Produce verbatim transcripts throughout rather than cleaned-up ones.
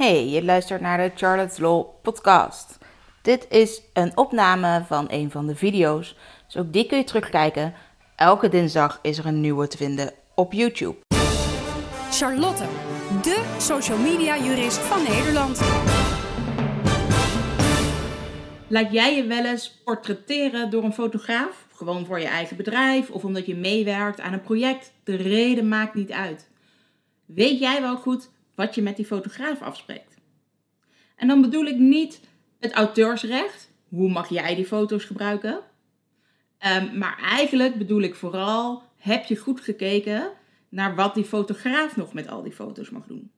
Hey, je luistert naar de Charlotte's Law podcast. Dit is een opname van een van de video's, dus ook die kun je terugkijken. Elke dinsdag is er een nieuwe te vinden op YouTube. Charlotte, de social media jurist van Nederland. Laat jij je wel eens portretteren door een fotograaf? Gewoon voor je eigen bedrijf of omdat je meewerkt aan een project? De reden maakt niet uit. Weet jij wel goed wat je met die fotograaf afspreekt? En dan bedoel ik niet het auteursrecht. Hoe mag jij die foto's gebruiken? Um, maar eigenlijk bedoel ik vooral, heb je goed gekeken naar wat die fotograaf nog met al die foto's mag doen?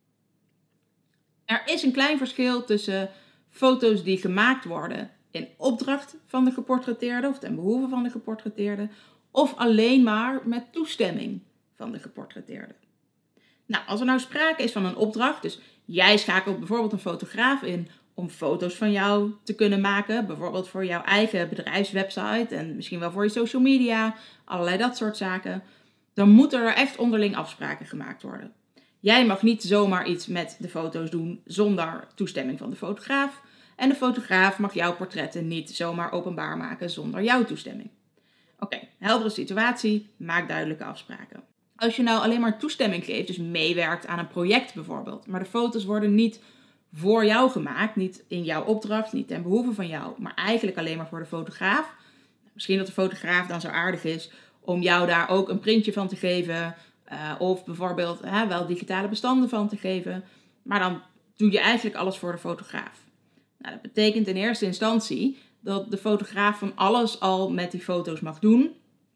Er is een klein verschil tussen foto's die gemaakt worden in opdracht van de geportretteerde of ten behoeve van de geportretteerde, of alleen maar met toestemming van de geportretteerde. Nou, als er nou sprake is van een opdracht, dus jij schakelt bijvoorbeeld een fotograaf in om foto's van jou te kunnen maken, bijvoorbeeld voor jouw eigen bedrijfswebsite en misschien wel voor je social media, allerlei dat soort zaken, dan moeten er echt onderling afspraken gemaakt worden. Jij mag niet zomaar iets met de foto's doen zonder toestemming van de fotograaf en de fotograaf mag jouw portretten niet zomaar openbaar maken zonder jouw toestemming. Oké, okay, heldere situatie, maak duidelijke afspraken. Als je nou alleen maar toestemming geeft, dus meewerkt aan een project bijvoorbeeld, maar de foto's worden niet voor jou gemaakt, niet in jouw opdracht, niet ten behoeve van jou, maar eigenlijk alleen maar voor de fotograaf. Misschien dat de fotograaf dan zo aardig is om jou daar ook een printje van te geven, uh, of bijvoorbeeld uh, wel digitale bestanden van te geven, maar dan doe je eigenlijk alles voor de fotograaf. Nou, dat betekent in eerste instantie dat de fotograaf van alles al met die foto's mag doen,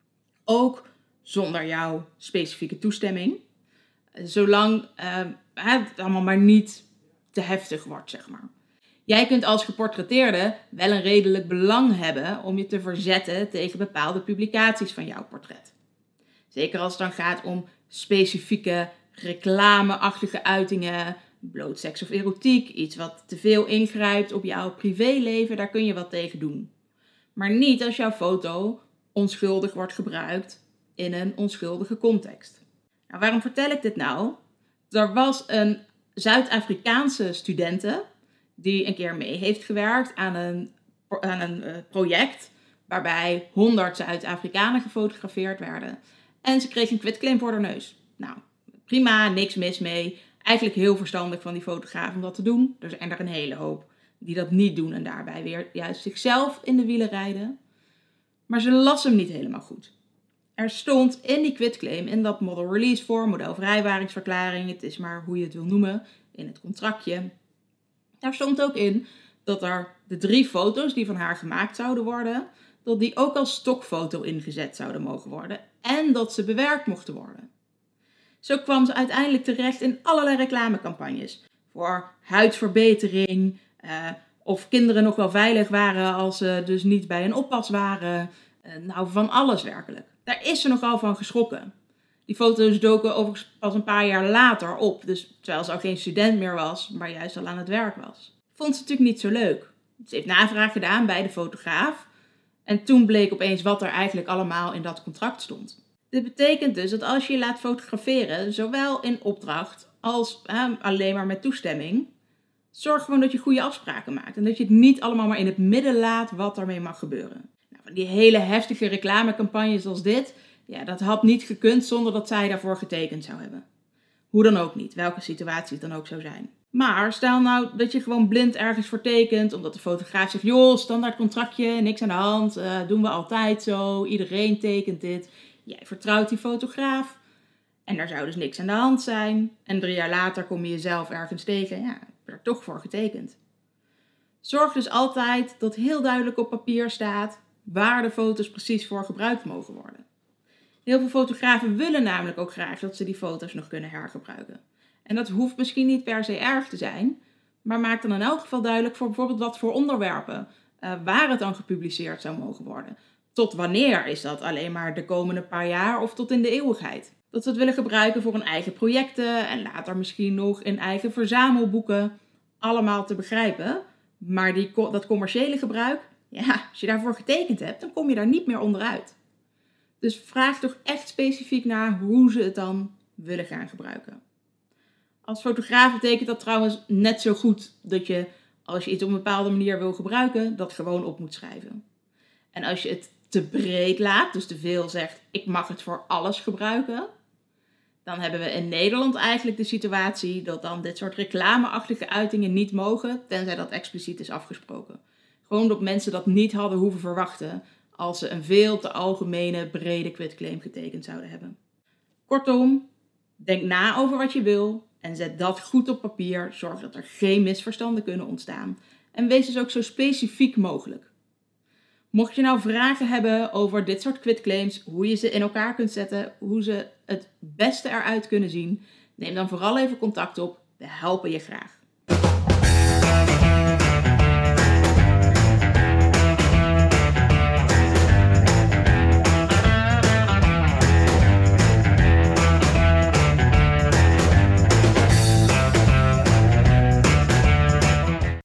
ook zonder jouw specifieke toestemming, zolang uh, het allemaal maar niet te heftig wordt, zeg maar. Jij kunt als geportretteerde wel een redelijk belang hebben om je te verzetten tegen bepaalde publicaties van jouw portret. Zeker als het dan gaat om specifieke reclameachtige uitingen, bloot seks of erotiek, iets wat te veel ingrijpt op jouw privéleven, daar kun je wat tegen doen. Maar niet als jouw foto onschuldig wordt gebruikt in een onschuldige context. Nou, waarom vertel ik dit nou? Er was een Zuid-Afrikaanse studente die een keer mee heeft gewerkt aan een, aan een uh, project waarbij honderd Zuid-Afrikanen gefotografeerd werden. En ze kreeg een quitclaim voor haar neus. Nou, prima, niks mis mee. Eigenlijk heel verstandig van die fotograaf om dat te doen. Er zijn er een hele hoop die dat niet doen en daarbij weer juist zichzelf in de wielen rijden. Maar ze las hem niet helemaal goed. Er stond in die quitclaim, in dat model release form, modelvrijwaringsverklaring, het is maar hoe je het wil noemen, in het contractje. Daar stond ook in dat er de drie foto's die van haar gemaakt zouden worden, dat die ook als stokfoto ingezet zouden mogen worden en dat ze bewerkt mochten worden. Zo kwam ze uiteindelijk terecht in allerlei reclamecampagnes voor huidverbetering, uh, of kinderen nog wel veilig waren als ze dus niet bij een oppas waren. Uh, nou, van alles werkelijk. Daar is ze nogal van geschrokken. Die foto's doken overigens pas een paar jaar later op. Dus terwijl ze al geen student meer was, maar juist al aan het werk was. Vond ze natuurlijk niet zo leuk. Ze heeft navraag gedaan bij de fotograaf. En toen bleek opeens wat er eigenlijk allemaal in dat contract stond. Dit betekent dus dat als je je laat fotograferen, zowel in opdracht als eh, alleen maar met toestemming, zorg gewoon dat je goede afspraken maakt. En dat je het niet allemaal maar in het midden laat wat ermee mag gebeuren. Nou, die hele heftige reclamecampagnes als dit, ja, dat had niet gekund zonder dat zij daarvoor getekend zou hebben. Hoe dan ook niet, welke situatie het dan ook zou zijn. Maar stel nou dat je gewoon blind ergens voor tekent, omdat de fotograaf zegt, joh, standaard contractje, niks aan de hand, uh, doen we altijd zo, iedereen tekent dit. Jij vertrouwt die fotograaf en daar zou dus niks aan de hand zijn. En drie jaar later kom je jezelf ergens tegen, ja, ik heb er toch voor getekend. Zorg dus altijd dat heel duidelijk op papier staat waar de foto's precies voor gebruikt mogen worden. Heel veel fotografen willen namelijk ook graag dat ze die foto's nog kunnen hergebruiken. En dat hoeft misschien niet per se erg te zijn, maar maak dan in elk geval duidelijk voor bijvoorbeeld wat voor onderwerpen, uh, waar het dan gepubliceerd zou mogen worden. Tot wanneer is dat? Alleen maar de komende paar jaar of tot in de eeuwigheid? Dat ze het willen gebruiken voor hun eigen projecten en later misschien nog in eigen verzamelboeken. Allemaal te begrijpen, maar die, dat commerciële gebruik, ja, als je daarvoor getekend hebt, dan kom je daar niet meer onderuit. Dus vraag toch echt specifiek naar hoe ze het dan willen gaan gebruiken. Als fotograaf betekent dat trouwens net zo goed dat je, als je iets op een bepaalde manier wil gebruiken, dat gewoon op moet schrijven. En als je het te breed laat, dus te veel zegt, ik mag het voor alles gebruiken, dan hebben we in Nederland eigenlijk de situatie dat dan dit soort reclameachtige uitingen niet mogen, tenzij dat expliciet is afgesproken. Gewoon dat mensen dat niet hadden hoeven verwachten als ze een veel te algemene, brede quitclaim getekend zouden hebben. Kortom, denk na over wat je wil en zet dat goed op papier. Zorg dat er geen misverstanden kunnen ontstaan. En wees dus ook zo specifiek mogelijk. Mocht je nou vragen hebben over dit soort quitclaims, hoe je ze in elkaar kunt zetten, hoe ze het beste eruit kunnen zien, neem dan vooral even contact op. We helpen je graag.